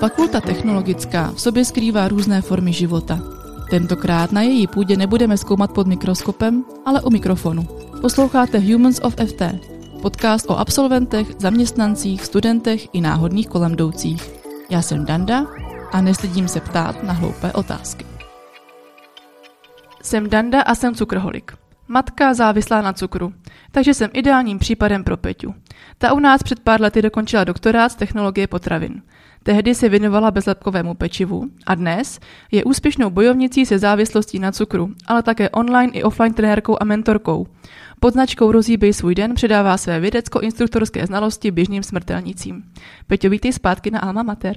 Fakulta technologická v sobě skrývá různé formy života. Tentokrát na její půdě nebudeme zkoumat pod mikroskopem, ale u mikrofonu. Posloucháte Humans of FT, podcast o absolventech, zaměstnancích, studentech i náhodných kolem jdoucích. Já jsem Danda a nestydím se ptát na hloupé otázky. Jsem Danda a jsem cukroholik. Matka závislá na cukru, takže jsem ideálním případem pro Peťu. Ta u nás před pár lety dokončila doktorát z technologie potravin. Tehdy se věnovala bezlepkovému pečivu a dnes je úspěšnou bojovnicí se závislostí na cukru, ale také online i offline trenérkou a mentorkou. Pod značkou Rozhýbej svůj den předává své vědecko-instruktorské znalosti běžným smrtelnicím. Peťo, vítej zpátky na Alma Mater.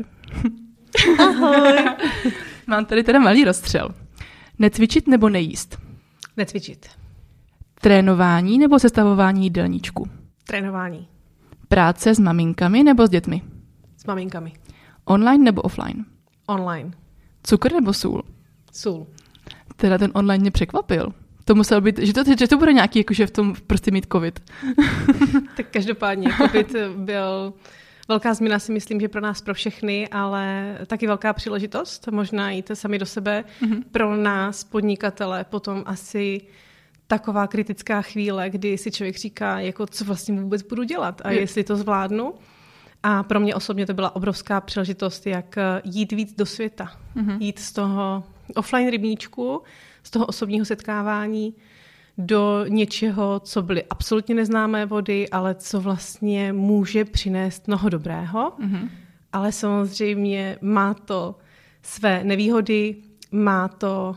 Ahoj. Mám tady teda malý rozstřel. Necvičit nebo nejíst? Necvičit. Trénování nebo sestavování jídelníčku? Trénování. Práce s maminkami nebo s dětmi? S maminkami. Online nebo offline? Online. Cukr nebo sůl? Sůl. Teda ten online mě překvapil. To musel být, že to bude nějaký, jakože v tom prostě mít covid. Tak každopádně covid byl velká změna, si myslím, že pro nás, pro všechny, ale taky velká příležitost. Možná jít sami do sebe. Pro nás, podnikatele, potom asi taková kritická chvíle, kdy si člověk říká, jako co vlastně vůbec budu dělat a jestli to zvládnu. A pro mě osobně to byla obrovská příležitost, jak jít víc do světa. Jít z toho offline rybníčku, z toho osobního setkávání do něčeho, co byly absolutně neznámé vody, ale co vlastně může přinést mnoho dobrého. Ale samozřejmě má to své nevýhody, má to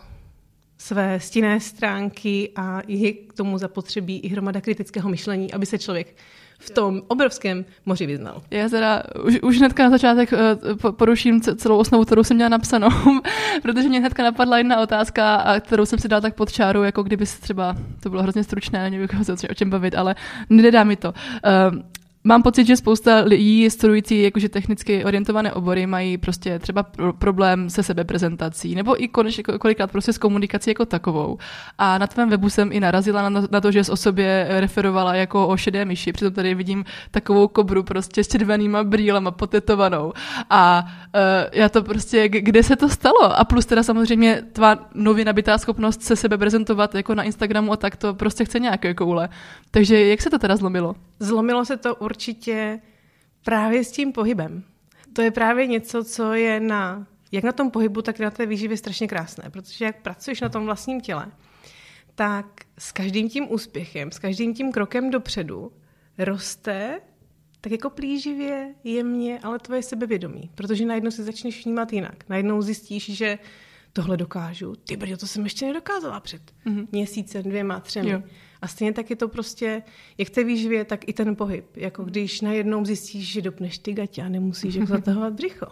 své stinné stránky a je k tomu zapotřebí i hromada kritického myšlení, aby se člověk v tom obrovském moři vyznal. Já teda už hnedka na začátek poruším celou osnovu, kterou jsem měla napsanou, protože mě hnedka napadla jedna otázka, a kterou jsem si dala tak pod čáru, jako kdyby třeba, to bylo hrozně stručné, nevím, o čem bavit, ale nedá mi to. Mám pocit, že spousta lidí studující jakože technicky orientované obory mají prostě třeba problém se sebeprezentací nebo i kolikrát prostě s komunikací jako takovou. A na tvém webu jsem i narazila na to, že jsi o sobě referovala jako o šedé myši, přitom tady vidím takovou kobru prostě s červenýma brýlema potetovanou. A já to prostě, kde se to stalo? A plus teda samozřejmě tvá nově nabitá schopnost se sebe prezentovat jako na Instagramu a tak to prostě chce nějaké koule. Takže jak se to teda zlomilo? Zlomilo se to určitě právě s tím pohybem. To je právě něco, co je jak na tom pohybu, tak i na té výživě strašně krásné, protože jak pracuješ na tom vlastním těle, tak s každým tím úspěchem, s každým tím krokem dopředu roste tak jako plíživě, jemně, ale tvoje sebevědomí, protože najednou si začneš vnímat jinak. Najednou zjistíš, že tohle dokážu. Ty brďo, to jsem ještě nedokázala před měsícem, 2, 3. Jo. A stejně tak je to prostě, jak té výživě, tak i ten pohyb. Jako když najednou zjistíš, že dopneš ty gatě a nemusíš jako zatahovat břicho.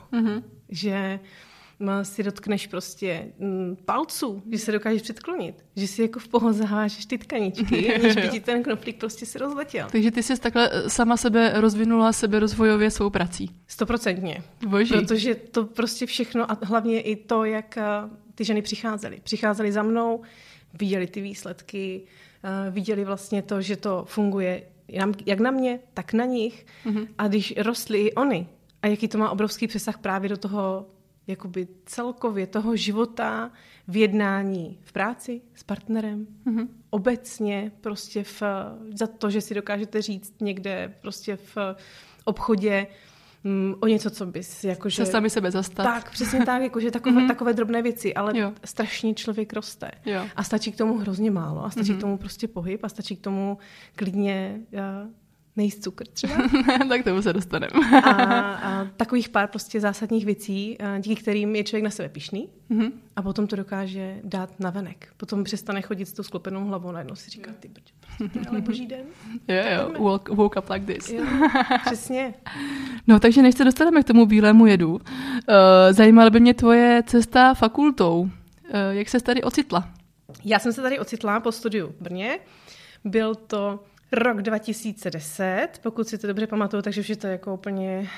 Že si dotkneš prostě palců, že se dokážeš předklonit. Že si jako v pohodě zahážeš ty tkaničky, aniž by ti ten knoflík prostě se rozletěl. Takže ty jsi takhle sama sebe rozvinula seberozvojově svou prací. 100%. Boží. Protože to prostě všechno a hlavně i to, jak ty ženy přicházely. Přicházely za mnou, viděli ty výsledky, viděli vlastně to, že to funguje jak na mě, tak na nich. A když rostly i oni, a jaký to má obrovský přesah právě do toho jakoby celkově toho života v jednání v práci s partnerem, obecně prostě za to, že si dokážete říct někde prostě v obchodě o něco, co bys jakože... Se sami sebe zastat. Tak, přesně tak, jakože takové drobné věci, ale strašně člověk roste. Jo. A stačí k tomu hrozně málo. A stačí k tomu prostě pohyb a stačí k tomu klidně nejíst cukr třeba. Tak tomu se dostaneme. a takových pár prostě zásadních věcí, díky kterým je člověk na sebe pyšný a potom to dokáže dát navenek. Potom přestane chodit s tou sklopenou hlavou, najednou si říká, ty brďo, ale boží den. Jo, woke up like this. Jo, přesně. No, takže než se dostaneme k tomu bílému jedu, zajímala by mě tvoje cesta fakultou. Jak ses tady ocitla? Já jsem se tady ocitla po studiu v Brně. Byl to rok 2010, pokud si to dobře pamatuju, takže už je to jako úplně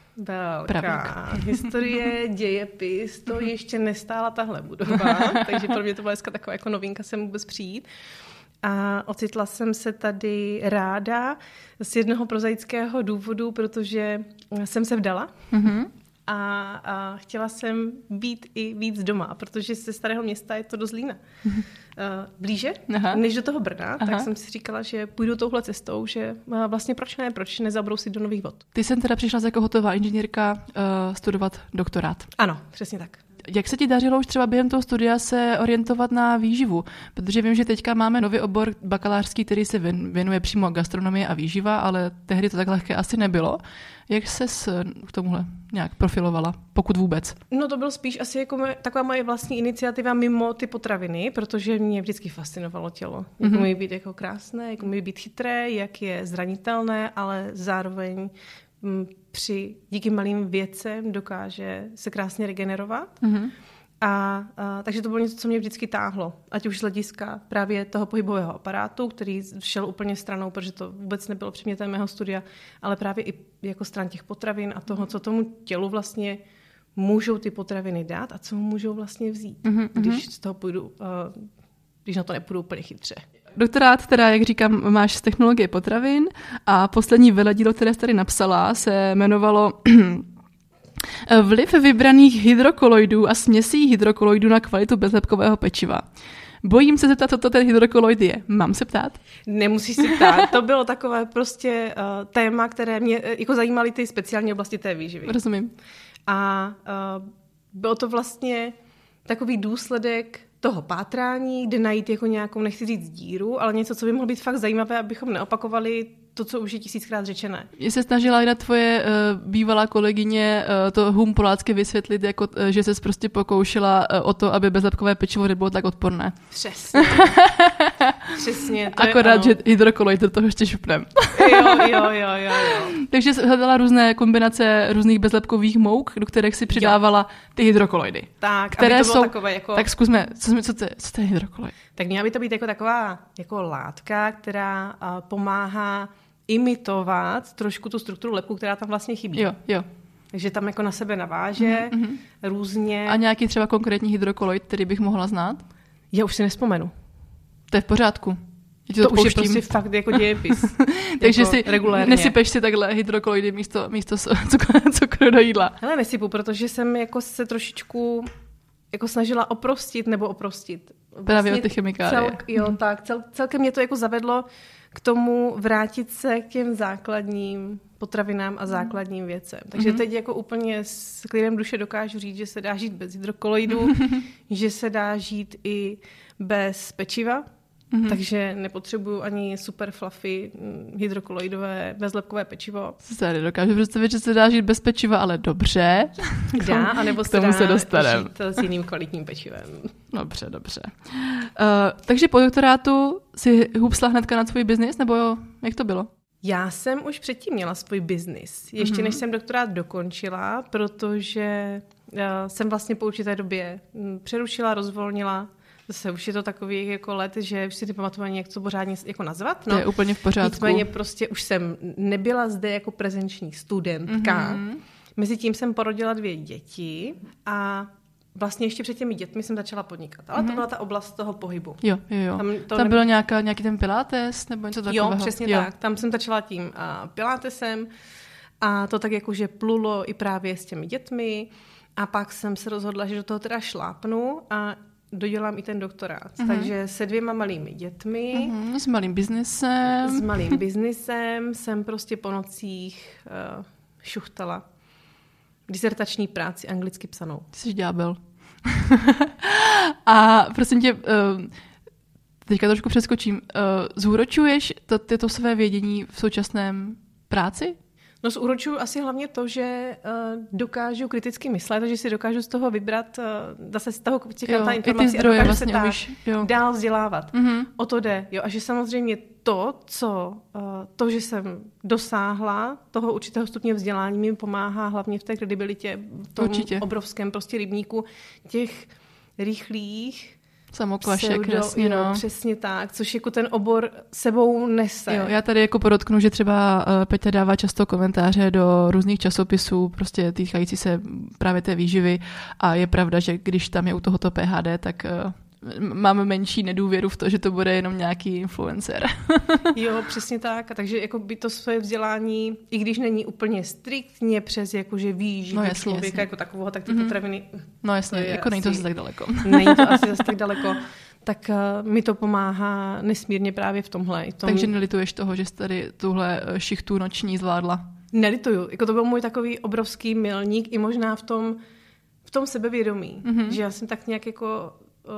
velká historie, dějepis, to ještě nestála tahle budova, takže pro mě to byla dneska taková jako novinka sem vůbec přijít. A ocitla jsem se tady ráda z jednoho prozaického důvodu, protože jsem se vdala a chtěla jsem být i víc doma, protože ze Starého Města je to do Zlína blíže, než do toho Brna, tak jsem si říkala, že půjdu touhle cestou, že vlastně proč nezabrousit do nových vod. Ty jsem teda přišla jako hotová inženýrka studovat doktorát. Ano, přesně tak. Jak se ti dařilo už třeba během toho studia se orientovat na výživu? Protože vím, že teďka máme nový obor bakalářský, který se věnuje přímo gastronomii a výživa, ale tehdy to tak lehké asi nebylo. Jak ses k tomuhle nějak profilovala, pokud vůbec? No to byl spíš asi jako taková moje vlastní iniciativa mimo ty potraviny, protože mě vždycky fascinovalo tělo. Jak může být jako krásné, jak může být chytré, jak je zranitelné, ale zároveň díky malým věcem dokáže se krásně regenerovat. Takže to bylo něco, co mě vždycky táhlo. Ať už z hlediska právě toho pohybového aparátu, který šel úplně stranou, protože to vůbec nebylo předmětem mého studia, ale právě i jako stran těch potravin a toho, co tomu tělu vlastně můžou ty potraviny dát a co mu můžou vlastně vzít, když na to nepůjdu úplně chytře. Doktorát teda, jak říkám, máš z technologie potravin a poslední veledílo, které jsi tady napsala, se jmenovalo Vliv vybraných hydrokoloidů a směsí hydrokoloidů na kvalitu bezlepkového pečiva. Bojím se zeptat, co to ten hydrokoloid je. Mám se ptát? Nemusíš se ptát. To bylo takové prostě téma, které mě jako zajímaly ty speciální oblasti té výživy. Rozumím. A bylo to vlastně takový důsledek toho pátrání, kde najít jako nějakou, nechci říct díru, ale něco, co by mohlo být fakt zajímavé, abychom neopakovali to, co už je 1000krát řečené. Mě se snažila jedna tvoje bývalá kolegyně to humpolácky vysvětlit, jako, že ses prostě pokoušela o to, aby bezlepkové pečivo nebylo tak odporné. Přesně. Přesně. Akorát, že hydrokoloid do toho ještě šupnem. Jo. Takže jsi hledala různé kombinace různých bezlepkových mouk, do kterých si přidávala ty hydrokoloidy. Tak, které aby to bylo jsou takové jako... Tak zkusme, co to je hydrokoloid? Tak měla by to být jako taková jako látka, která pomáhá imitovat trošku tu strukturu lepku, která tam vlastně chybí. Jo. Takže tam jako na sebe naváže různě. A nějaký třeba konkrétní hydrokoloid, který bych mohla znát? Já už si nespomenu. To je v pořádku. To už je prostě fakt jako dějepis. Takže jako si regulérně. nesypeš si takhle hydrokoloidy místo cukru do jídla. Hele, nesypu, protože jsem jako se trošičku jako snažila oprostit. Právě o ty chemikálie. Celkem mě to jako zavedlo k tomu vrátit se k těm základním potravinám a základním věcem. Takže teď jako úplně s klidem duše dokážu říct, že se dá žít bez hydrokoloidů, že se dá žít i bez pečiva, takže nepotřebuju ani super fluffy hydrokoloidové bezlepkové pečivo. Tady dokážu představit, že se dá žít bez pečiva, ale dobře. Dá, anebo se dá žít s jiným kvalitním pečivem. Dobře. Takže po doktorátu si hupsla hnedka na svůj biznis, nebo jak to bylo? Já jsem už předtím měla svůj biznis, ještě než jsem doktorát dokončila, protože jsem vlastně po určité době přerušila, rozvolnila. Zase už je to takový jako let, že už si nepamatuju ani, jak to pořádně jako nazvat. No, to je úplně v pořádku. Nicméně prostě už jsem nebyla zde jako prezenční studentka. Mezitím jsem porodila 2 děti a vlastně ještě před těmi dětmi jsem začala podnikat. Ale to byla ta oblast toho pohybu. Jo. Tam byl nějaký ten pilates nebo něco takového? Jo, přesně tak. Tam jsem začala tím pilatesem a to tak jakože plulo i právě s těmi dětmi a pak jsem se rozhodla, že do toho teda šlápnu a dodělám i ten doktorát. Takže se 2 malými dětmi. S malým biznesem. S malým biznesem jsem prostě po nocích šuchtala disertační práci anglicky psanou. Ty jsi ďábel. A prosím tě, teďka trošku přeskočím. Zúročuješ to své vědění v současném práci? No zúročuju asi hlavně to, že dokážu kriticky myslet, takže si dokážu z toho vybrat zase z toho ta informací a dokážu vlastně se dál vzdělávat. O to jde. Jo, a že samozřejmě to, že jsem dosáhla toho určitého stupně vzdělání, mi pomáhá hlavně v té kredibilitě, v tom obrovském prostě rybníku těch rychlých samokvašek, jasně, no. Přesně tak, což jako ten obor sebou nese. Jo, já tady jako podotknu, že třeba Peťa dává často komentáře do různých časopisů, prostě týkající se právě té výživy a je pravda, že když tam je u tohoto PhD, tak máme menší nedůvěru v to, že to bude jenom nějaký influencer. Jo, přesně tak. A takže jako by to svoje vzdělání, i když není úplně striktně přes jakože výživu člověka jako takového, tak ty potraviny... No jasně, jako není to asi tak daleko. Není to asi zase tak daleko. Tak mi to pomáhá nesmírně právě v tomhle. Takže nelituješ toho, že jsi tady tuhle šichtu noční zvládla? Nelituju. Jako to byl můj takový obrovský milník i možná v tom sebevědomí. Že já jsem tak nějak jako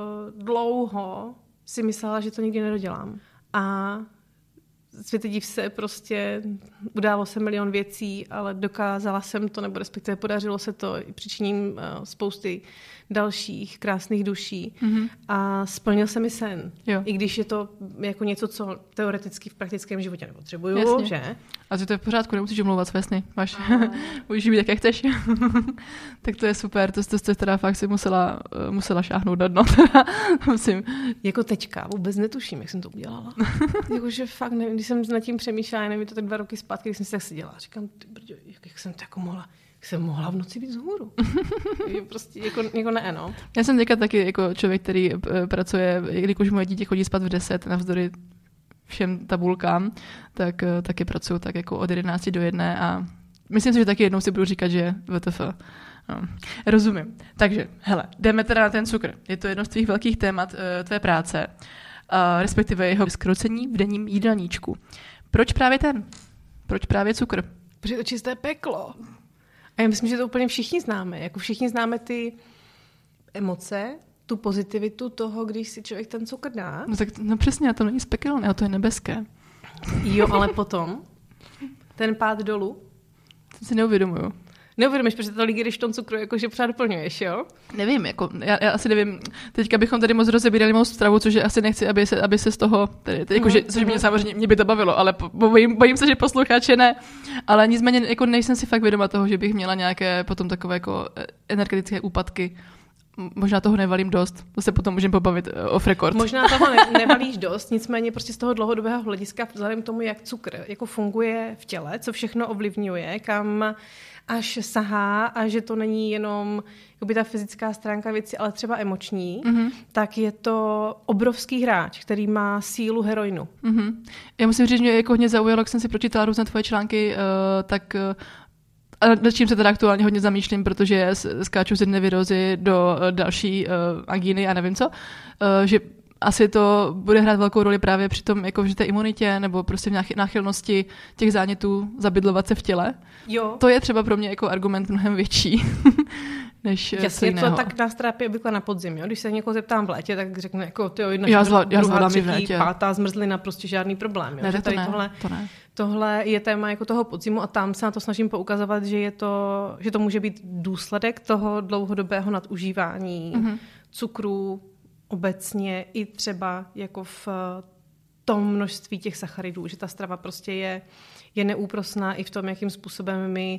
dlouho si myslela, že to nikdy nedodělám. A světe div se, prostě událo se milion věcí, ale dokázala jsem to, nebo respektive podařilo se to i přičiním spousty dalších krásných duší a splnil se mi sen. Jo. I když je to jako něco, co teoreticky v praktickém životě nepotřebuju, že? A to je v pořádku, nemusíš omlouvat své sny. Můžeš být tak, jak chceš. Tak to je super, to jste teda fakt si musela šáhnout na dno. Musím. Jako teďka, vůbec netuším, jak jsem to udělala. Jakože fakt nevím, když jsem nad tím přemýšlela, nevím, to tak 2 roky zpátky, když jsem si tak seděla. Říkám, jak jsem to jako mohla... jsem mohla v noci být vzhůru. Prostě jako ne, no. Já jsem teďka taky jako člověk, který pracuje, když moje dítě chodí spát v 10 navzdory všem tabulkám, tak taky pracuju tak jako od 11 do 1 a myslím si, že taky jednou si budu říkat, že WTF. No. Rozumím. Takže, hele, jdeme teda na ten cukr. Je to jedno z tvých velkých témat tvé práce, respektive jeho zkroucení v denním jídelníčku. Proč právě ten? Proč právě cukr? Protože to čisté peklo. A já myslím, že to úplně všichni známe. Jako všichni známe ty emoce, tu pozitivitu toho, když si člověk ten cukr dá. No přesně, a to není spekelné, a to je nebeské. Jo, ale potom ten pád dolů. To si neuvědomuju. Neuvědomíš, protože to lidi, když v tom cukru jakože pořád doplňuješ, jo? Nevím, jako, já asi nevím. Teďka bychom tady moc rozebírali mou stravu, což asi nechci, aby se z toho, jakože, což mě samozřejmě, mě by to bavilo, ale bojím se, že posluchače ne. Ale nicméně jako nejsem si fakt vědoma toho, že bych měla nějaké potom takové jako energetické úpadky. Možná toho nevalím dost, to se potom můžeme pobavit off record. Možná toho nevalíš dost, nicméně prostě z toho dlouhodobého hlediska vzhledem k tomu, jak cukr jako funguje v těle, co všechno ovlivňuje, kam až sahá a že to není jenom jakoby ta fyzická stránka věci, ale třeba emoční, tak je to obrovský hráč, který má sílu heroinu. Já musím říct, že mě jako hodně zaujalo, jak jsem si pročítala různé tvoje články, tak a nad čím se teda aktuálně hodně zamýšlím, protože skáču z jedné virózy do další angíny a nevím co, že asi to bude hrát velkou roli právě při tom, jako v té imunitě nebo prostě v nějaké náchylnosti těch zánětů zabydlovat se v těle. Jo. To je třeba pro mě jako argument mnohem větší. Než jasně, to tak nás trápí obvykle na podzim. Jo? Když se někoho zeptám v létě, tak řekne, jako tyjo, jedna, druhá, třetí, pátá zmrzlina, prostě žádný problém. Jo? Ne, že tady to ne. Tohle je téma jako toho podzimu a tam se na to snažím poukazovat, že to může být důsledek toho dlouhodobého nadužívání cukru obecně i třeba jako v tom množství těch sacharidů, že ta strava prostě je neúprosná i v tom, jakým způsobem my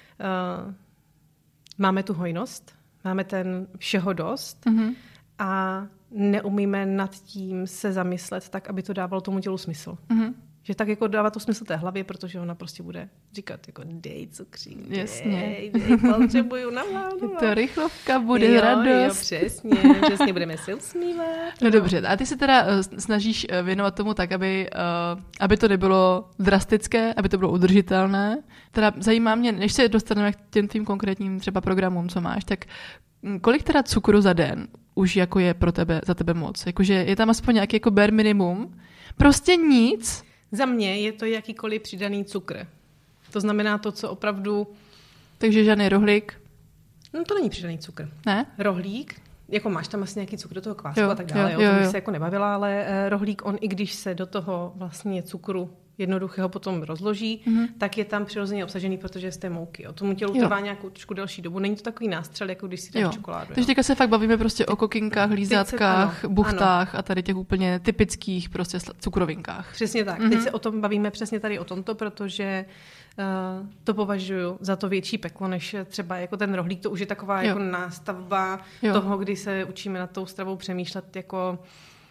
máme tu hojnost, máme ten všeho dost a neumíme nad tím se zamyslet tak, aby to dávalo tomu tělu smysl. Že tak jako dává to smysl té hlavě, protože ona prostě bude říkat jako dej cukřík, dej, potřebuju na vládu. To rychlovka bude radost. Jo, přesně, budeme se usmívat. No dobře, a ty se teda snažíš věnovat tomu tak, aby to nebylo drastické, aby to bylo udržitelné. Teda zajímá mě, než se dostaneme k těm tvým konkrétním třeba programům, co máš, tak kolik teda cukru za den už jako je za tebe moc? Jakože je tam aspoň nějaký jako bare minimum? Prostě nic? Za mě je to jakýkoliv přidaný cukr. To znamená to, co opravdu... Takže žádný rohlík? No to není přidaný cukr. Ne? Rohlík, jako máš tam asi nějaký cukr do toho kvásku jo, a tak dále, jo, o tom bych se jako nebavila, ale rohlík, on i když se do toho vlastně cukru jednoduchého potom rozloží, tak je tam přirozeně obsažený, protože je z té mouky. Jo. Tomu tělu trvá nějakou trošku delší dobu. Není to takový nástřel, jako když si dáš čokoládu. Takže teďka se fakt bavíme prostě o kokinkách, lízátkách, buchtách a tady těch úplně typických prostě cukrovinkách. Přesně tak. Teď se o tom bavíme přesně tady o tomto, protože to považuji za to větší peklo, než třeba jako ten rohlík. To už je taková jako nástavba toho, kdy se učíme nad tou stravou přemýšlet jako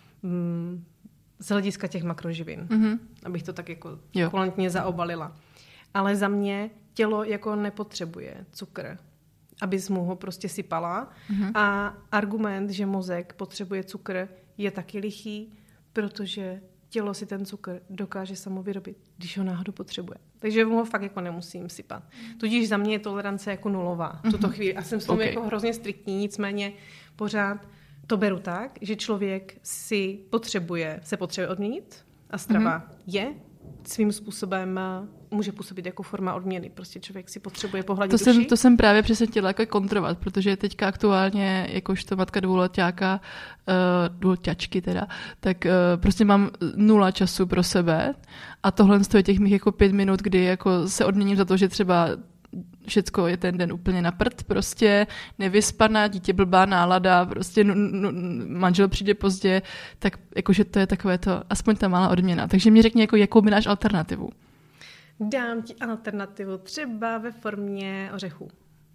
z hlediska těch makroživin. Abych to tak jako kulantně zaobalila. Ale za mě tělo jako nepotřebuje cukr abys mu ho prostě sypala. A argument, že mozek potřebuje cukr, je taky lichý, protože tělo si ten cukr dokáže samo vyrobit, když ho náhodou potřebuje. Takže mu ho fakt jako nemusím sypat. Tudíž za mě je tolerance jako nulová v tuto chvíli. A jsem s tom jako hrozně striktní, nicméně pořád to beru tak, že člověk se potřebuje odměnit a strava je svým způsobem může působit jako forma odměny. Prostě člověk si potřebuje pohladit duši. To jsem právě přesně chtěla jako kontrovat, protože teďka aktuálně, jakožto matka dvouleťačky teda, tak prostě mám 0 času pro sebe a tohle je těch mých jako 5 minut, kdy jako se odměním za to, že třeba všecko je ten den úplně na prd, prostě nevyspaná, dítě blbá nálada, prostě manžel přijde pozdě, tak jakože to je takové to, aspoň ta malá odměna. Takže mi řekni, jako, jakou by náš alternativu. Dám ti alternativu třeba ve formě ořechů.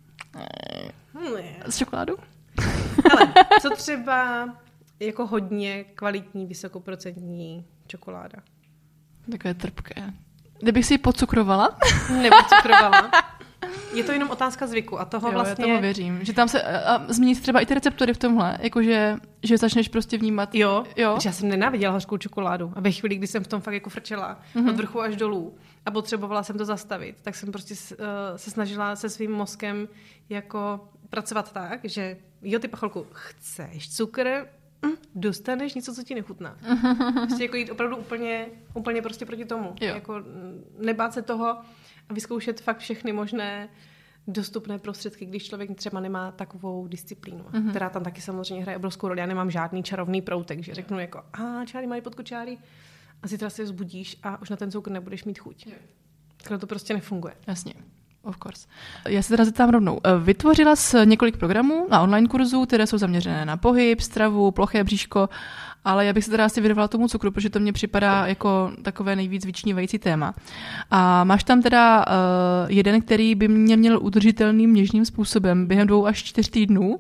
S čokoládou? Ale co třeba jako hodně kvalitní, vysokoprocentní čokoláda? Takové trpké. Kdybych si ji pocukrovala? Nepocukrovala. Je to jenom otázka zvyku a toho vlastně... Já tomu věřím. Že tam se změní třeba i ty receptory v tomhle, jakože že začneš prostě vnímat. Jo. Já jsem nenáviděla hořkou čokoládu a ve chvíli, kdy jsem v tom fakt jako frčela od vrchu až dolů a potřebovala jsem to zastavit, tak jsem prostě se snažila se svým mozkem jako pracovat tak, že jo, ty pacholku, chceš cukr? Dostaneš něco, co ti nechutná. Prostě jako jít opravdu úplně prostě proti tomu. Jako nebát se toho a vyzkoušet fakt všechny možné dostupné prostředky, když člověk třeba nemá takovou disciplínu, která tam taky samozřejmě hraje obrovskou roli. Já nemám žádný čarovný proutek, že řeknu jako čáry mají pod kočáry a zítra se vzbudíš a už na ten cukr nebudeš mít chuť. Takhle to prostě nefunguje. Jasně. Of course. Já se teda zeptám rovnou. Vytvořila jsi několik programů na online kurzu, které jsou zaměřené na pohyb, stravu, ploché bříško, ale já bych se teda asi věnovala tomu cukru, protože to mně připadá jako takové nejvíc vyčnívající téma. A máš tam teda jeden, který by mě měl udržitelným něžným způsobem během 2 až 4 týdnů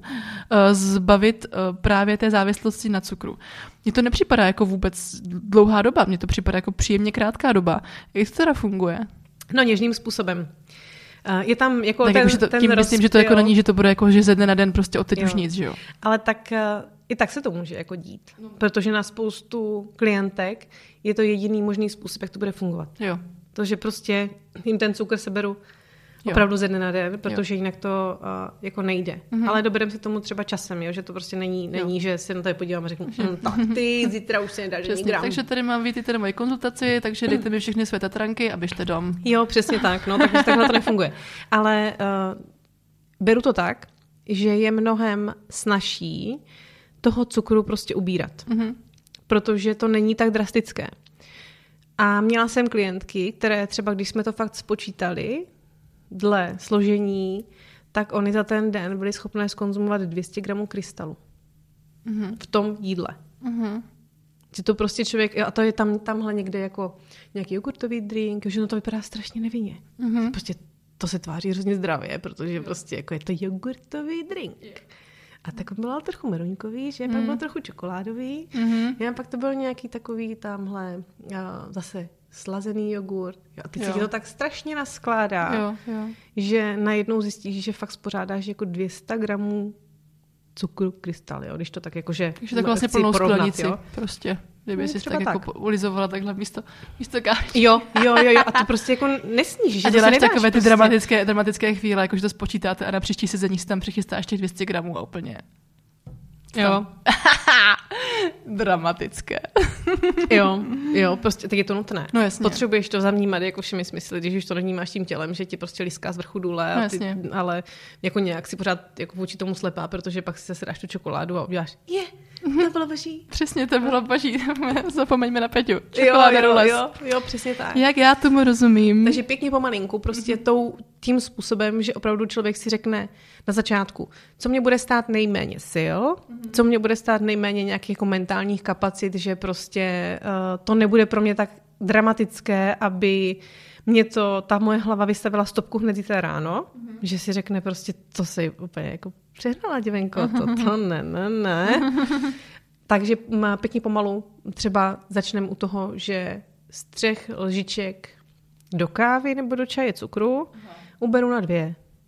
zbavit právě té závislosti na cukru. Mně to nepřipadá jako vůbec dlouhá doba, mně to připadá jako příjemně krátká doba. Jak to teda funguje? No, něžným způsobem. Je tam jako tak ten tím myslím, že to jako není, že to bude jako, že ze dne na den prostě od teď už nic, že jo? Ale tak i tak se to může jako dít. Protože na spoustu klientek je to jediný možný způsob, jak to bude fungovat. Jo. To, že prostě jim ten cukr seberu opravdu ze dne na den, protože jinak to jako nejde. Ale dobereme si tomu třeba časem, jo? Že to prostě není že se na to podívám a řeknu, tak ty zítra už se nedáš žádný gram. Takže tady mám víte na moji konzultaci, takže dejte mi všechny své tatranky a běžte dom. Jo, přesně tak, no, takže takhle to nefunguje. Ale beru to tak, že je mnohem snazší toho cukru prostě ubírat. Protože to není tak drastické. A měla jsem klientky, které třeba, když jsme to fakt spočítali, dle složení, tak oni za ten den byli schopné zkonzumovat 200 gramů krystalu. V tom jídle. Že to prostě člověk, a to je tamhle někde jako nějaký jogurtový drink, že no to vypadá strašně nevinně. Prostě to se tváří hrozně zdravě, protože prostě jako je to jogurtový drink. A tak byl trochu meruňkový, že pak byl trochu čokoládový. A pak to byl nějaký takový tamhle zase slazený jogurt. A teď se ti to tak strašně naskládá, že najednou zjistíš, že fakt spořádáš jako 200 gramů cukru krystal, jo? Když to tak jakože... Takže tak vlastně plnou sklenici, prostě. Kdyby si tak jako ulizovala takhle místo káči. Jo. A to prostě jako nesníš. A děláš takové ty dramatické chvíle, jakože to spočítáte a na příští sezení si tam přichystáš těch 200 gramů a úplně... Jo. Dramatické. jo, prostě tak je to nutné. No jasně. Potřebuješ to zavnímat jako všemi smysly, když už to nevnímáš tím tělem, že ti prostě liská z vrchu důle, no ale jako nějak si pořád jako vůči tomu slepá, protože pak si se dáš tu čokoládu a uděláš, to bylo boží. Přesně, to bylo boží. Zapomeňme na Peťu. Čokoláda jo, přesně tak. Jak já tomu rozumím. Takže pěkně pomalinku, prostě tím způsobem, že opravdu člověk si řekne na začátku, co mě bude stát nejméně sil, co mě bude stát nejméně nějakých jako mentálních kapacit, že prostě to nebude pro mě tak dramatické, aby mě ta moje hlava vystavila stopku hned zítra ráno, že si řekne prostě, to si úplně jako přehnala, děvenko, to ne. Takže pěkně pomalu třeba začneme u toho, že z 3 lžiček do kávy nebo do čaje cukru uberu na 2.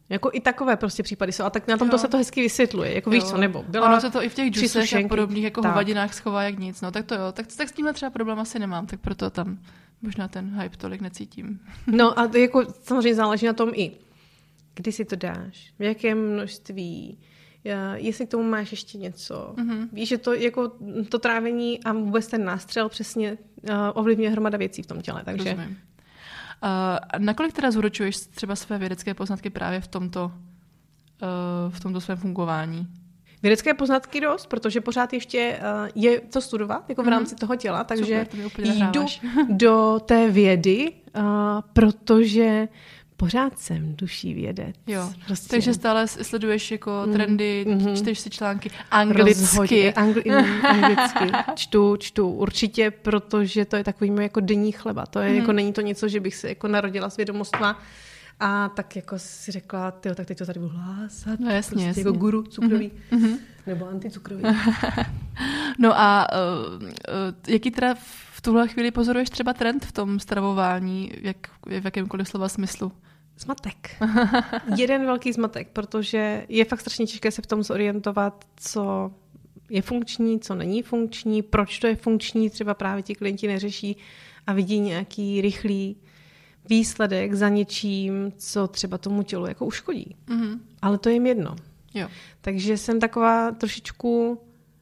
Jako i takové prostě případy jsou. A tak na tom to se to hezky vysvětluje. Jako víš co, nebo byla ono se to i v těch džusech a podobných jako hovadinách schová jak nic. No tak to jo. Tak s tímhle třeba problém asi nemám, tak proto tam možná ten hype tolik necítím. No a to jako samozřejmě záleží na tom i, kdy si to dáš, v jakém množství, jestli k tomu máš ještě něco. Víš, že to, jako to trávení a vůbec ten nástřel přesně ovlivňuje hromada věcí v tom těle. Takže... Rozumím. Nakolik teda zúročuješ třeba své vědecké poznatky právě v tomto svém fungování? Vědecké poznatky dost, protože pořád ještě je to studovat jako v rámci toho těla, takže jdu do té vědy, protože pořád jsem duší vědec. Jo, prostě. Takže stále sleduješ jako trendy, čteš si články anglicky. Anglicky. Čtu určitě, protože to je takový můj jako denní chleba. To je jako není to něco, že bych se jako narodila s vědomostma a tak jako si řekla, tyjo, tak teď to tady budu hlásat. No jasně, prostě jasně. jako guru cukrový. Nebo anticukrový. No a jaký teda v tuhle chvíli pozoruješ třeba trend v tom stravování, v jakémkoliv slova smyslu? Zmatek. Jeden velký zmatek, protože je fakt strašně těžké se v tom zorientovat, co je funkční, co není funkční, proč to je funkční, třeba právě ti klienti neřeší a vidí nějaký rychlý výsledek za něčím, co třeba tomu tělu jako uškodí. Ale to je jim jedno. Jo. Takže jsem taková trošičku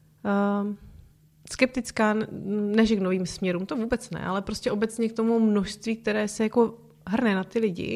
skeptická, než k novým směrům, to vůbec ne, ale prostě obecně k tomu množství, které se jako hrne na ty lidi.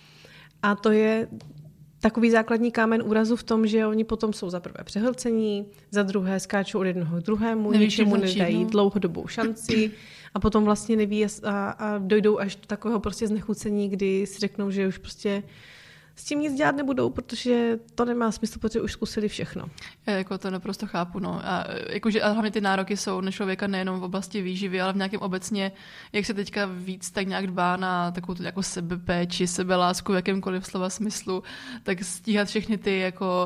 A to je takový základní kámen úrazu v tom, že oni potom jsou za prvé přehlcení, za druhé skáčou od jednoho k druhému, ničemu nedají dlouhodobou šanci a potom vlastně neví a dojdou až do takového prostě znechucení, kdy si řeknou, že už prostě s tím nic dělat nebudou, protože to nemá smysl, protože už zkusili všechno. Já jako to naprosto chápu. No. A hlavně ty nároky jsou na člověka nejenom v oblasti výživy, ale v nějakém obecně, jak se teďka víc tak nějak dbá na takovou jako sebepéči, sebelásku v jakémkoliv slova smyslu, tak stíhat všechny ty jako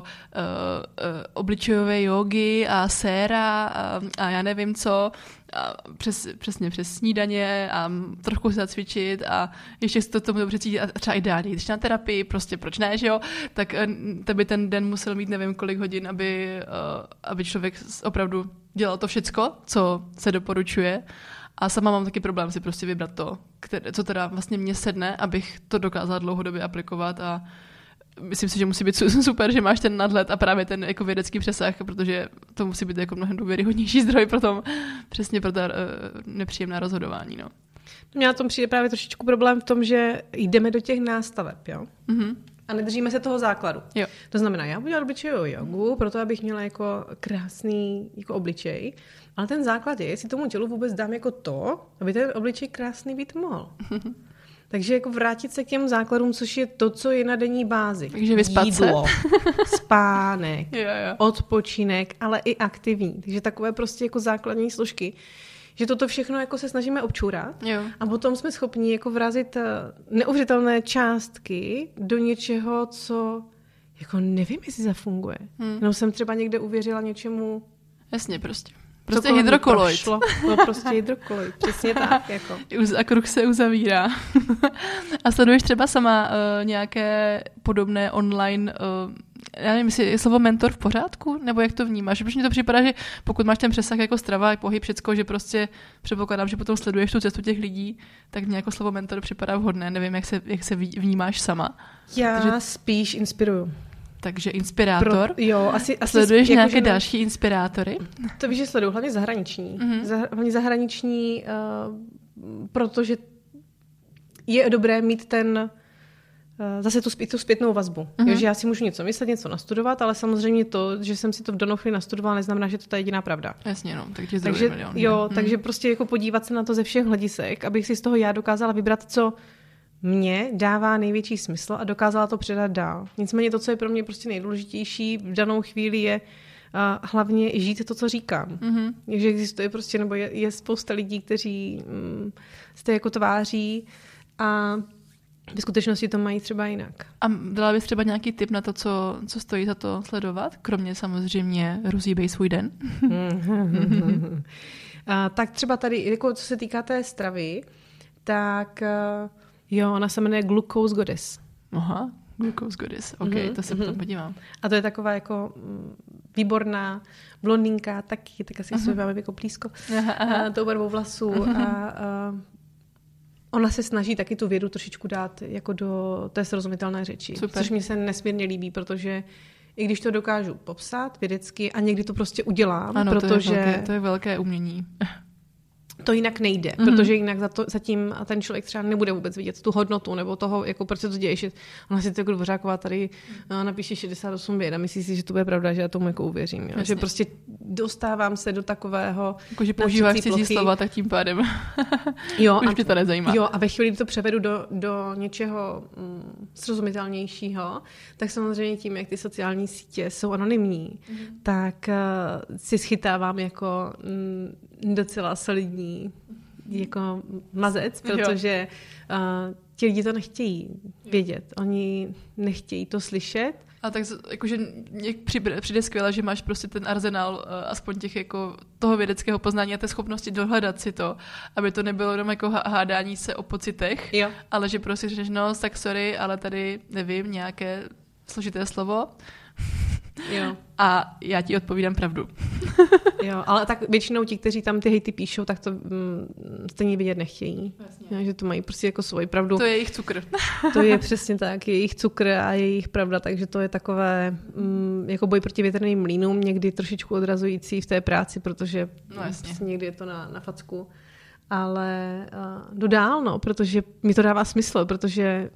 obličejové jogy a séra a já nevím co, a přesně přes snídaně a trochu se zacvičit a ještě si to tomu dobře cítit a třeba ideálně jít na terapii, prostě proč ne, že jo? Tak by ten den musel mít nevím kolik hodin, aby člověk opravdu dělal to všecko, co se doporučuje. A sama mám taky problém si prostě vybrat to, co teda vlastně mě sedne, abych to dokázala dlouhodobě aplikovat a myslím si, že musí být super, že máš ten nadhled a právě ten jako vědecký přesah, protože to musí být jako mnohem důvěryhodnější zdroj přesně pro ta nepříjemná rozhodování. No. Mně na tom přijde právě trošičku problém v tom, že jdeme do těch nástaveb, jo? A nedržíme se toho základu. Jo. To znamená, já budu dělat obličejovou jogu, proto abych měla jako krásný jako obličej, ale ten základ je, jestli tomu tělu vůbec dám jako to, aby ten obličej krásný být mohl. Takže jako vrátit se k těm základům, což je to, co je na denní bázi. Takže vyspat jídlo, spánek, jo. odpočinek, ale i aktivní. Takže takové prostě jako základní složky. Že toto všechno jako se snažíme občůrat a potom jsme schopni jako vrazit neuvěřitelné částky do něčeho, co jako nevím, jestli zafunguje. Jenom jsem třeba někde uvěřila něčemu. Jasně, prostě hydrokoloid. No prostě hydrokoloid, přesně tak. Jako. A kruh se uzavírá. A sleduješ třeba sama nějaké podobné online, já nevím, jestli je slovo mentor v pořádku, nebo jak to vnímáš? Protože mi to připadá, že pokud máš ten přesah jako strava, pohyb, všecko, že prostě předpokládám, že potom sleduješ tu cestu těch lidí, tak mě jako slovo mentor připadá vhodné. Nevím, jak se vnímáš sama. Já spíš inspiruju. Takže inspirátor. Asi sleduješ jako nějaké další inspirátory? To víš, že sleduju, hlavně zahraniční. Hlavně zahraniční, protože je dobré mít zase tu zpětnou vazbu. Že já si můžu něco myslet, něco nastudovat, ale samozřejmě to, že jsem si to v danou chvíli nastudovala, neznamená, že to je jediná pravda. Jasně, no. Takže prostě jako podívat se na to ze všech hledisek, abych si z toho já dokázala vybrat, co mě dává největší smysl a dokázala to předat dál. Nicméně to, co je pro mě prostě nejdůležitější v danou chvíli je hlavně žít to, co říkám. Takže existuje prostě, nebo je spousta lidí, kteří se jako tváří a v skutečnosti to mají třeba jinak. A dala bys třeba nějaký tip na to, co stojí za to sledovat? Kromě samozřejmě rozhýbej svůj den. Tak třeba tady, jako co se týká té stravy, tak ona se jmenuje Glucose Goddess. Aha, Glucose goddess. OK, to se potom podívám. A to je taková jako výborná blondýnka, taky, tak asi si máme jako blízko, tou barvou vlasů a ona se snaží taky tu vědu trošičku dát jako do té srozumitelné řeči. Super. Což mi se nesmírně líbí, protože i když to dokážu popsat vědecky a někdy to prostě udělám, ano, protože to je velké umění. To jinak nejde, protože jinak zatím ten člověk třeba nebude vůbec vidět tu hodnotu nebo toho, jako proč se to děje. Že ona si jako Dvořáková tady napíše 68 věd a myslí si, že to bude pravda, že já tomu jako uvěřím. Jo? Že prostě dostávám se do takového... Jako, že používáš cizí slova, tak tím pádem jo, už mě to nezajímá. Jo, a ve chvíli, kdy to převedu do něčeho srozumitelnějšího, tak samozřejmě tím, jak ty sociální sítě jsou anonymní, tak si schytávám jako docela solidní jako mazec, protože ti lidi to nechtějí vědět. Oni nechtějí to slyšet. A tak jakože mě přijde skvěle, že máš prostě ten arzenál aspoň těch jako toho vědeckého poznání a té schopnosti dohledat si to, aby to nebylo jenom jako hádání se o pocitech, ale že prostě řekneš, no tak sorry, ale tady nevím, nějaké složité slovo. Jo. A já ti odpovídám pravdu. Jo, ale tak většinou ti, kteří tam ty hejty píšou, tak to stejně vidět nechtějí. Jo, že to mají prostě jako svoji pravdu. To je jejich cukr. To je přesně tak, jejich cukr a jejich pravda, takže to je takové jako boj proti větrným mlýnům, někdy trošičku odrazující v té práci, protože prostě někdy je to na facku. Ale jdu dál, no, protože mi to dává smysl, protože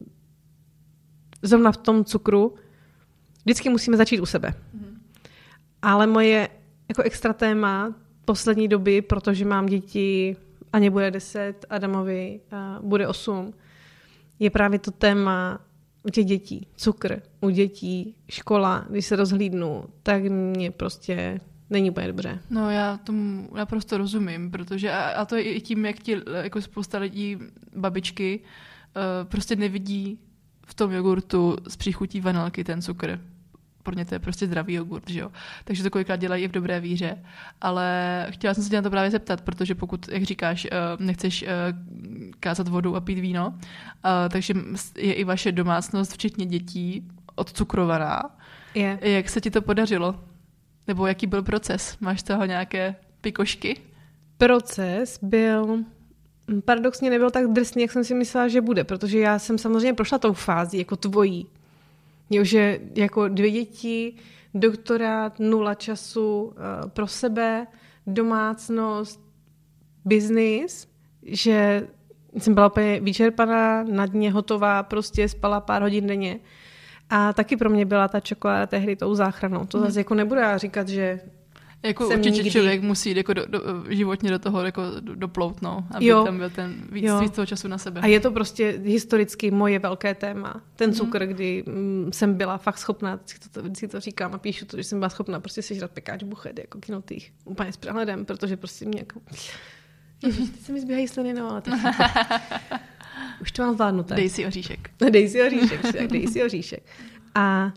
zrovna v tom cukru vždycky musíme začít u sebe. Ale moje jako extra téma poslední doby, protože mám děti, Aně bude 10, Adamovi bude 8, je právě to téma u těch dětí. Cukr u dětí, škola, když se rozhlídnu, tak mě prostě není úplně dobře. No já tomu naprosto rozumím, protože a to je i tím, jak ti jako spousta lidí, babičky, prostě nevidí v tom jogurtu s příchutí vanilky ten cukr. Pro ně to je prostě zdravý jogurt, že jo. Takže to kolikrát dělají i v dobré víře. Ale chtěla jsem se tě na to právě zeptat, protože pokud, jak říkáš, nechceš kázat vodu a pít víno, takže je i vaše domácnost, včetně dětí, odcukrovaná. Je. Jak se ti to podařilo? Nebo jaký byl proces? Máš z toho nějaké pikošky? Proces byl... Paradoxně nebyl tak drsný, jak jsem si myslela, že bude, protože já jsem samozřejmě prošla tou fází jako tvojí. Jo, že jako 2 děti, doktorát, 0 času pro sebe, domácnost, biznis, že jsem byla úplně vyčerpaná, na dně hotová, prostě spala pár hodin denně. A taky pro mě byla ta čokoláda tehdy tou záchranou. To zase jako nebudu já říkat, že jako určitě člověk musí jako životně do toho jako doplout, no, aby tam byl ten víc toho času na sebe. A je to prostě historicky moje velké téma. Ten cukr, kdy jsem byla fakt schopná, vždycky to říkám a píšu to, že jsem byla schopná prostě sežrat pekáč buchet, jako kinotých, úplně s přehledem, protože prostě mě jako... Ježiš, teď se mi zbíhají sliny, no, ale tak už to mám zvládnuté. Dej si oříšek. Dej si oříšek. A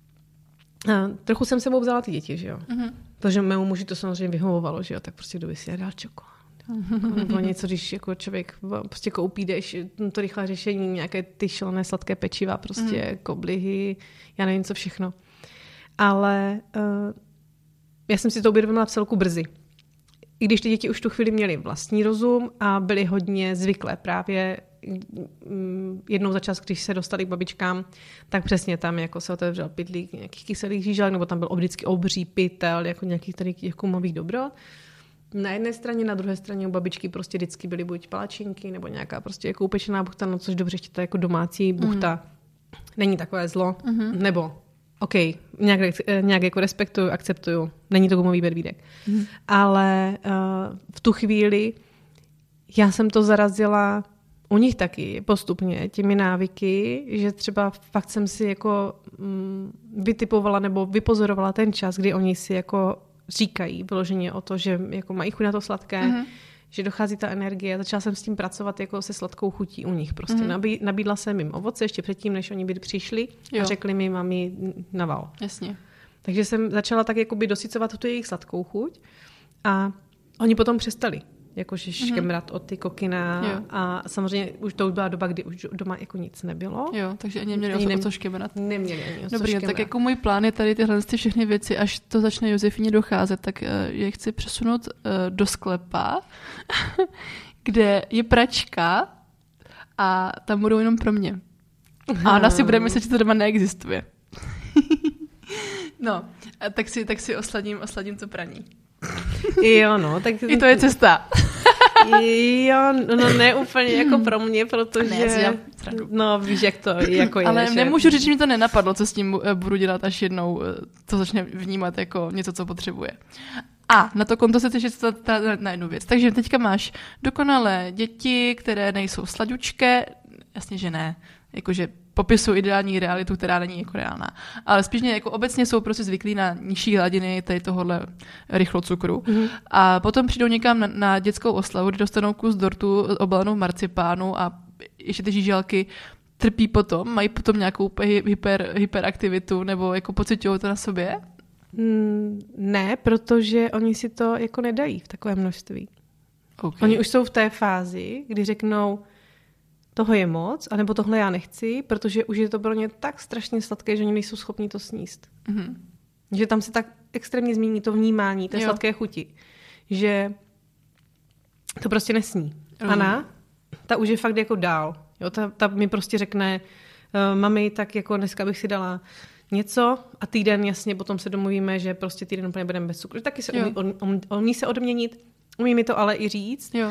trochu jsem sebou vzala ty děti, že jo. Protože mému muži to samozřejmě vyhovovalo, že jo, tak prostě kdo by si dal čokoládu. Nebo něco, když jako člověk prostě koupí, jdeš to rychlé řešení, nějaké ty šalené sladké pečiva, prostě koblihy, já nevím co všechno. Ale já jsem si to uvědomila v celku brzy. I když ty děti už tu chvíli měly vlastní rozum a byly hodně zvyklé právě jednou za čas, když se dostali k babičkám, tak přesně tam jako se otevřel pytlík nějakých kyselých žíželek, nebo tam byl vždycky obří pytel, jako nějakých tady kumových dobrot. Na jedné straně, na druhé straně u babičky prostě vždycky byly buď palačinky, nebo nějaká prostě jako upečená buchta, no což dobře, ještě to jako domácí buchta. Není takové zlo, nebo OK, nějak jako respektuju, akceptuju, není to gumový medvídek. Ale v tu chvíli já jsem to zarazila u nich taky postupně těmi návyky, že třeba fakt jsem si jako vytipovala nebo vypozorovala ten čas, kdy oni si jako říkají vyloženě o to, že jako mají chuť na to sladké, že dochází ta energie. Začala jsem s tím pracovat jako se sladkou chutí u nich. Prostě nabídla jsem jim ovoce ještě předtím, než oni by přišli a řekli mi, mami, naval. Jasně. Takže jsem začala tak jakoby dosycovat tu jejich sladkou chuť a oni potom přestali jakože škemrat od ty kokina a samozřejmě už to byla doba, kdy už doma jako nic nebylo. Jo, takže ani neměli o co škemrat. Neměli ani o co Dobrý, škemrat. tak jako můj plán je tady tyhle všechny věci, až to začne Josefině docházet, tak je chci přesunout do sklepa, kde je pračka a tam budou jenom pro mě. A ona si bude myslet, že to doma neexistuje. No, a tak si osladím to praní. Jo, no, tak... I to je cesta. Jo, no ne úplně jako pro mě, protože... No, víš, jak to jako je. Ale že... nemůžu říct, že mi to nenapadlo, co s tím budu dělat, až jednou to začne vnímat jako něco, co potřebuje. A na to konto se těšit na jednu věc. Takže teďka máš dokonalé děti, které nejsou sladučké, jasně, že ne, jakože popisují ideální realitu, která není jako reálná. Ale spíš jako obecně jsou prostě zvyklí na nižší hladiny tady tohohle rychlocukru. Mm-hmm. A potom přijdou někam na dětskou oslavu, kde dostanou kus dortu obalenou v marcipánu a ještě ty žížalky trpí potom, mají potom nějakou hyperaktivitu nebo jako pociťují to na sobě? Ne, protože oni si to jako nedají v takové množství. Okay. Oni už jsou v té fázi, kdy řeknou, toho je moc, anebo tohle já nechci, protože už je to pro ně tak strašně sladké, že oni nejsou schopni to sníst. Mm-hmm. Že tam se tak extrémně změní to vnímání té sladké chuti, že to prostě nesní. Anna, ta už je fakt jako dál. Jo, ta mi prostě řekne, mami, tak jako dneska bych si dala něco a týden jasně potom se domluvíme, že prostě týden úplně budeme bez cukru. Taky se umí se odměnit, umí mi to ale i říct. Jo.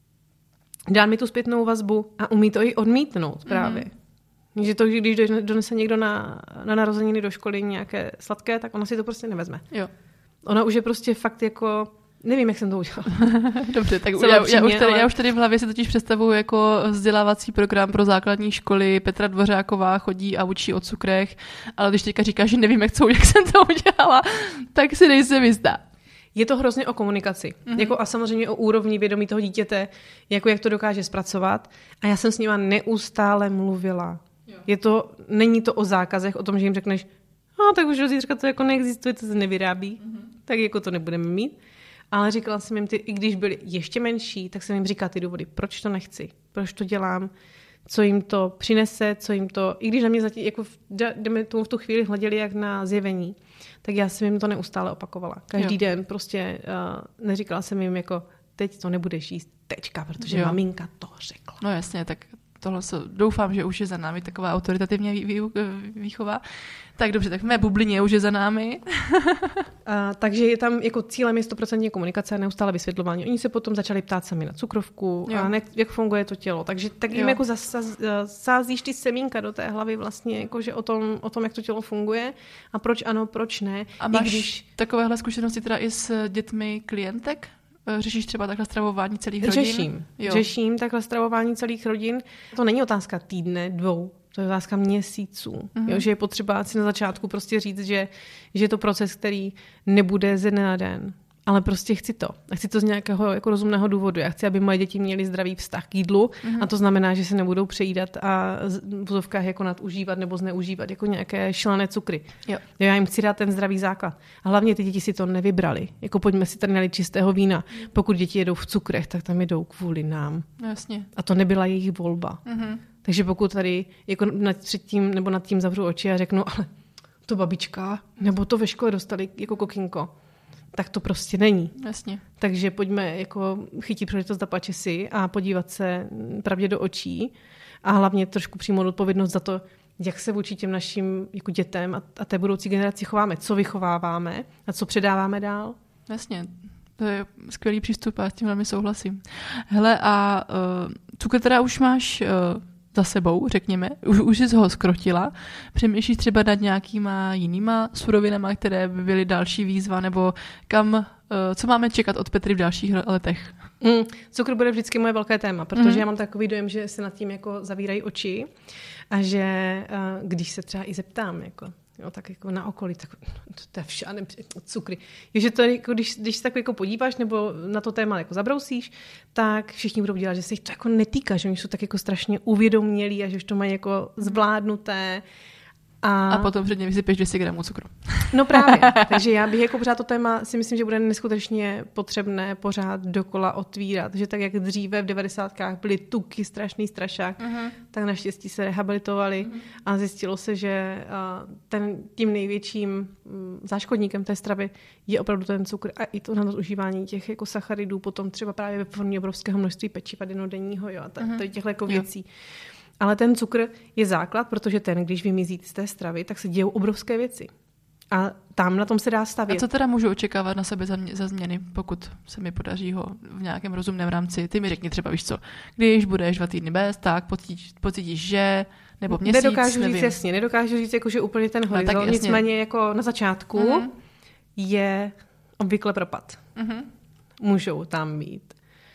Dá mi tu zpětnou vazbu a umí to i odmítnout právě. Že to, když donese někdo na narozeniny do školy nějaké sladké, tak ona si to prostě nevezme. Jo. Ona už je prostě fakt jako... Nevím, jak jsem to udělala. Dobře, tak já už tady v hlavě si totiž představuju jako vzdělávací program pro základní školy. Petra Dvořáková chodí a učí o cukrech, ale když teďka říká, že nevím, jak jsem to udělala, tak si nejsem jistá. Je to hrozně o komunikaci. Mm-hmm. Jako a samozřejmě o úrovni vědomí toho dítěte, jako jak to dokáže zpracovat. A já jsem s nima neustále mluvila. Není to o zákazech, o tom, že jim řekneš, tak už do zítřka to jako neexistuje, to se nevyrábí, tak jako to nebudeme mít. Ale říkala jsem jim, i když byli ještě menší, tak jsem jim říkala ty důvody, proč to nechci, proč to dělám, co jim to přinese, co jim to, i když na mě zatím, jako jdeme tomu v tu chvíli hleděli jak na zjevení, tak já jsem jim to neustále opakovala. Každý den prostě neříkala jsem jim jako, teď to nebudeš jíst, tečka, protože maminka to řekla. No jasně, tak tohle doufám, že už je za námi taková autoritativní výchova. Tak dobře, tak v mé bublině už je za námi. Takže je tam jako cílem je 100% komunikace a neustále vysvětlování. Oni se potom začali ptát sami na cukrovku a jak funguje to tělo. Takže tak jim jako sázíš ty semínka do té hlavy vlastně, jako, že o tom, jak to tělo funguje a proč ano, proč ne. A máš takovéhle zkušenosti teda i s dětmi klientek? Řešíš třeba takhle stravování celých rodin? Řeším takhle stravování celých rodin. To není otázka týdne, 2, to je otázka měsíců. Mm-hmm. Jo, že je potřeba si na začátku prostě říct, že je to proces, který nebude ze dne na den. Ale prostě chci to. A chci to z nějakého jako rozumného důvodu. Já chci, aby moje děti měly zdravý vztah k jídlu a to znamená, že se nebudou přejídat a v vozovkách jako nadužívat nebo zneužívat jako nějaké šílené cukry. Jo, já jim chci dát ten zdravý základ. A hlavně ty děti si to nevybrali. Jako pojďme si tady nalít čistého vína. Pokud děti jedou v cukrech, tak tam jedou kvůli nám. Jasně. A to nebyla jejich volba. Mm-hmm. Takže pokud tady jako nad tím zavřu oči a řeknu, ale to babička, nebo to ve škole dostali jako kokinko, tak to prostě není. Jasně. Takže pojďme jako chytit příležitost za pačesy a podívat se pravdě do očí a hlavně trošku přijmout odpovědnost za to, jak se vůči těm našim jako dětem a té budoucí generaci chováme, co vychováváme a co předáváme dál. Jasně. To je skvělý přístup a s tím velmi souhlasím. Hele, a cukr teda už máš za sebou, řekněme, už jsi ho skrotila. Přemýšlíš třeba nad nějakýma jinýma surovinama, které by byly další výzva, nebo co máme čekat od Petry v dalších letech? Cukr bude vždycky moje velké téma, protože já mám takový dojem, že se nad tím jako zavírají oči a že když se třeba i zeptám, tak jako na okolí, tak to je všade cukry. Že to jako, když se tak jako podíváš nebo na to téma jako zabrousíš, tak všichni budou dělat, že se jich to jako netýká, že oni jsou tak jako strašně uvědomělí a že už to mají jako zvládnuté. A potom předně vysypeš 200 gramů cukru. No právě. Takže já bych jako pořád to téma si myslím, že bude neskutečně potřebné pořád dokola otvírat. Že tak, jak dříve v 90kách byly tuky, strašný strašák, tak naštěstí se rehabilitovali a zjistilo se, že tím největším záškodníkem té stravy je opravdu ten cukr a i to nadužívání těch jako sacharidů, potom třeba právě ve formě obrovského množství pečiva dennodenního, jo, a tady těchto jako věcí. Ale ten cukr je základ, protože když vymizí z té stravy, tak se dějou obrovské věci. A tam na tom se dá stavět. A co teda můžu očekávat na sebe za změny, pokud se mi podaří ho v nějakém rozumném rámci? Ty mi řekni třeba, víš co, když budeš 2 týdny bez, tak pocítíš, že nebo měsíc, nedokážu říct jako, že úplně ten horizont, nicméně jako na začátku je obvykle propad. Můžou tam být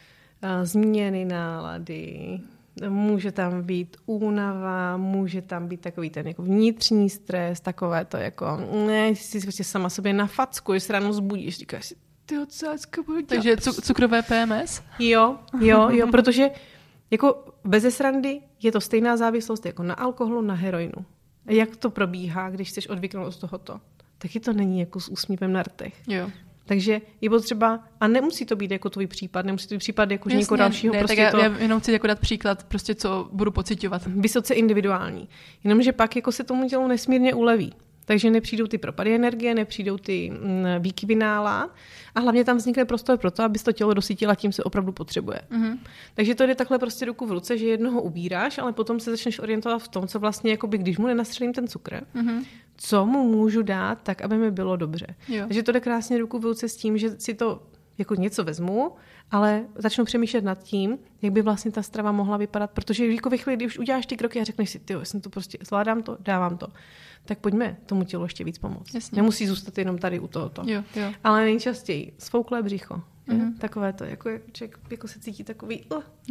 změny nálady, může tam být únava, může tam být takový ten jako vnitřní stres, takové to jako, si prostě sama sobě na facku, když se ráno zbudíš, říkáš si, tyjo, co já budu dělat? Takže cukrové PMS? Jo, protože jako bez srandy je to stejná závislost jako na alkoholu, na heroinu. A jak to probíhá, když chceš odvyknout od tohoto? Taky to není jako s úsměvem na rtech. Jo. Takže je potřeba, a nemusí to být jako tvůj případ, nemusí to být případ jako někoho dalšího. Ne, prostě tak já jenom chci jako dát příklad, prostě co budu pociťovat. Vysoce individuální. Jenomže pak jako se tomu tělu nesmírně uleví. Takže nepřijdou ty propady energie, nepřijdou ty výkyvy nálad a hlavně tam vznikne prostor pro to, abys to tělo dosytila tím, co opravdu potřebuje. Takže to jde takhle prostě ruku v ruce, že jednoho ubíráš, ale potom se začneš orientovat v tom, co vlastně, jakoby, když mu nenastřelím ten cukr, co mu můžu dát tak, aby mi bylo dobře. Jo. Takže to jde krásně ruku v ruce s tím, že si to jako něco vezmu, ale začnu přemýšlet nad tím, jak by vlastně ta strava mohla vypadat, protože jako ve chvíli, když už uděláš ty kroky a řekneš si, tyjo, jsem to prostě zvládám to, dávám to, tak pojďme tomu tělu ještě víc pomoct. Jasně. Nemusí zůstat jenom tady u tohoto. Jo. Ale nejčastěji sfouklé břicho. Takové to, jako člověk jako se cítí takový,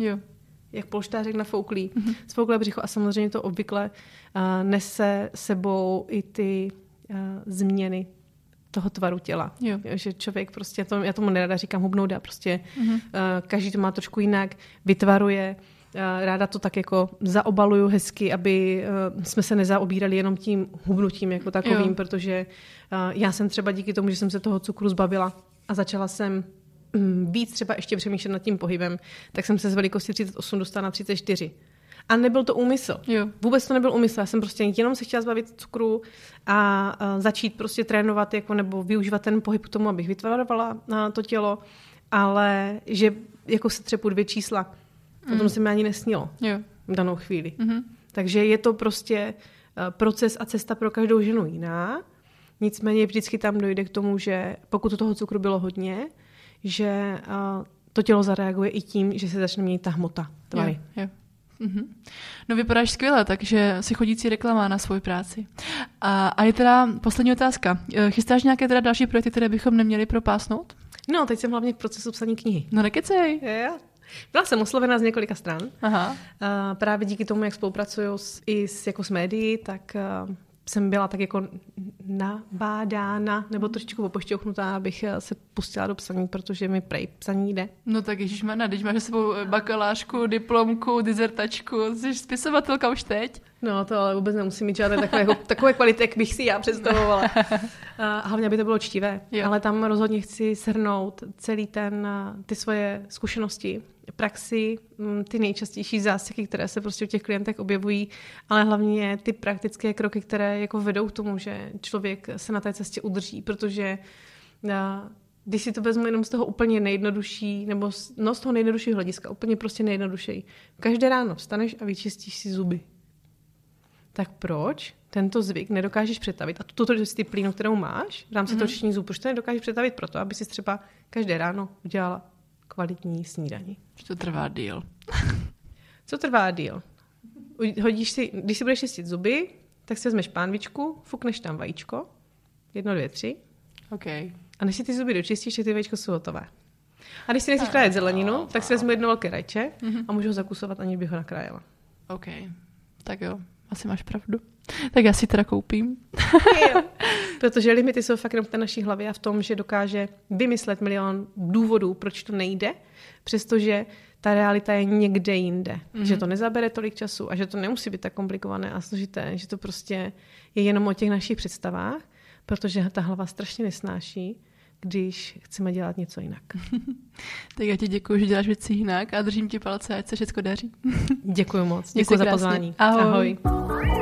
jak polštářek nafouklý, sfouklé břicho a samozřejmě to obvykle nese sebou i ty změny toho tvaru těla. Jo, že člověk prostě, já tomu nerada říkám hubnout, a prostě každý to má trošku jinak, vytvaruje. Ráda to tak jako zaobaluju hezky, aby jsme se nezaobírali jenom tím hubnutím jako takovým, protože já jsem třeba díky tomu, že jsem se toho cukru zbavila a začala jsem víc třeba ještě přemýšlet nad tím pohybem, tak jsem se z velikosti 38 dostala na 34. A nebyl to úmysl. Jo. Vůbec to nebyl úmysl. Já jsem prostě jenom se chtěla zbavit cukru a začít prostě trénovat jako, nebo využívat ten pohyb k tomu, abych vytvarovala to tělo, ale že jako se třepu 2 čísla. O tom se mi ani nesnilo v danou chvíli. Takže je to prostě proces a cesta pro každou ženu jiná. Nicméně vždycky tam dojde k tomu, že pokud toho cukru bylo hodně, že to tělo zareaguje i tím, že se začne měnit ta hmota tvary. Jo. No vypadáš skvěle, takže si chodící reklama na svou práci. A je teda poslední otázka. Chystáš nějaké teda další projekty, které bychom neměli propásnout? No, teď jsem hlavně v procesu psaní knihy. No nekecej. Jo. Byla jsem oslovena z několika stran. Aha. Právě díky tomu, jak spolupracuju jako s médií, tak jsem byla tak jako nabádána nebo trošičku opošťouchnutá, abych se pustila do psaní, protože mi prej psaní jde. No tak ježišmarja, když máš sebou bakalářku, diplomku, dizertačku, jsi spisovatelka už teď? No to ale vůbec nemusím mít žádné takové kvality, jak bych si já představovala. Hlavně, aby to bylo čtivé. Jo. Ale tam rozhodně chci shrnout celý ty svoje zkušenosti, praxi, ty nejčastější záseky, které se prostě u těch klientech objevují, ale hlavně ty praktické kroky, které jako vedou k tomu, že člověk se na té cestě udrží, protože když si to vezmu jenom z toho úplně nejjednodušší, nebo z toho nejjednoduššího hlediska, úplně prostě nejjednodušší. Každé ráno vstaneš a vyčistíš si zuby. Tak proč tento zvyk nedokážeš přetavit a tuto disciplínu, kterou máš v rámci toho čištění zubů, proč to nedokážeš přetavit proto, aby si třeba každé ráno udělala kvalitní snídani? To trvá díl. Co trvá díl? Když si budeš čistit zuby, tak si vezmeš pánvičku, fukneš tam vajíčko, 1, 2, 3. Okay. A než si ty zuby dočistíš, tak ty vajíčka jsou hotové. A když si nechceš krájet zeleninu, tak si vezmu 1 velké rajče a můžu ho zakusovat, aniž bych ho nakrájela. OK, tak jo. Asi máš pravdu. Tak já si teda koupím. Protože limity jsou fakt jenom v té naší hlavě a v tom, že dokáže vymyslet milion důvodů, proč to nejde, přestože ta realita je někde jinde. Že to nezabere tolik času a že to nemusí být tak komplikované a složité, že to prostě je jenom o těch našich představách, protože ta hlava strašně nesnáší, když chceme dělat něco jinak. Tak já ti děkuji, že děláš věci jinak a držím ti palce, ať se všechno daří. Děkuji moc. Děkuji za pozvání. Ahoj.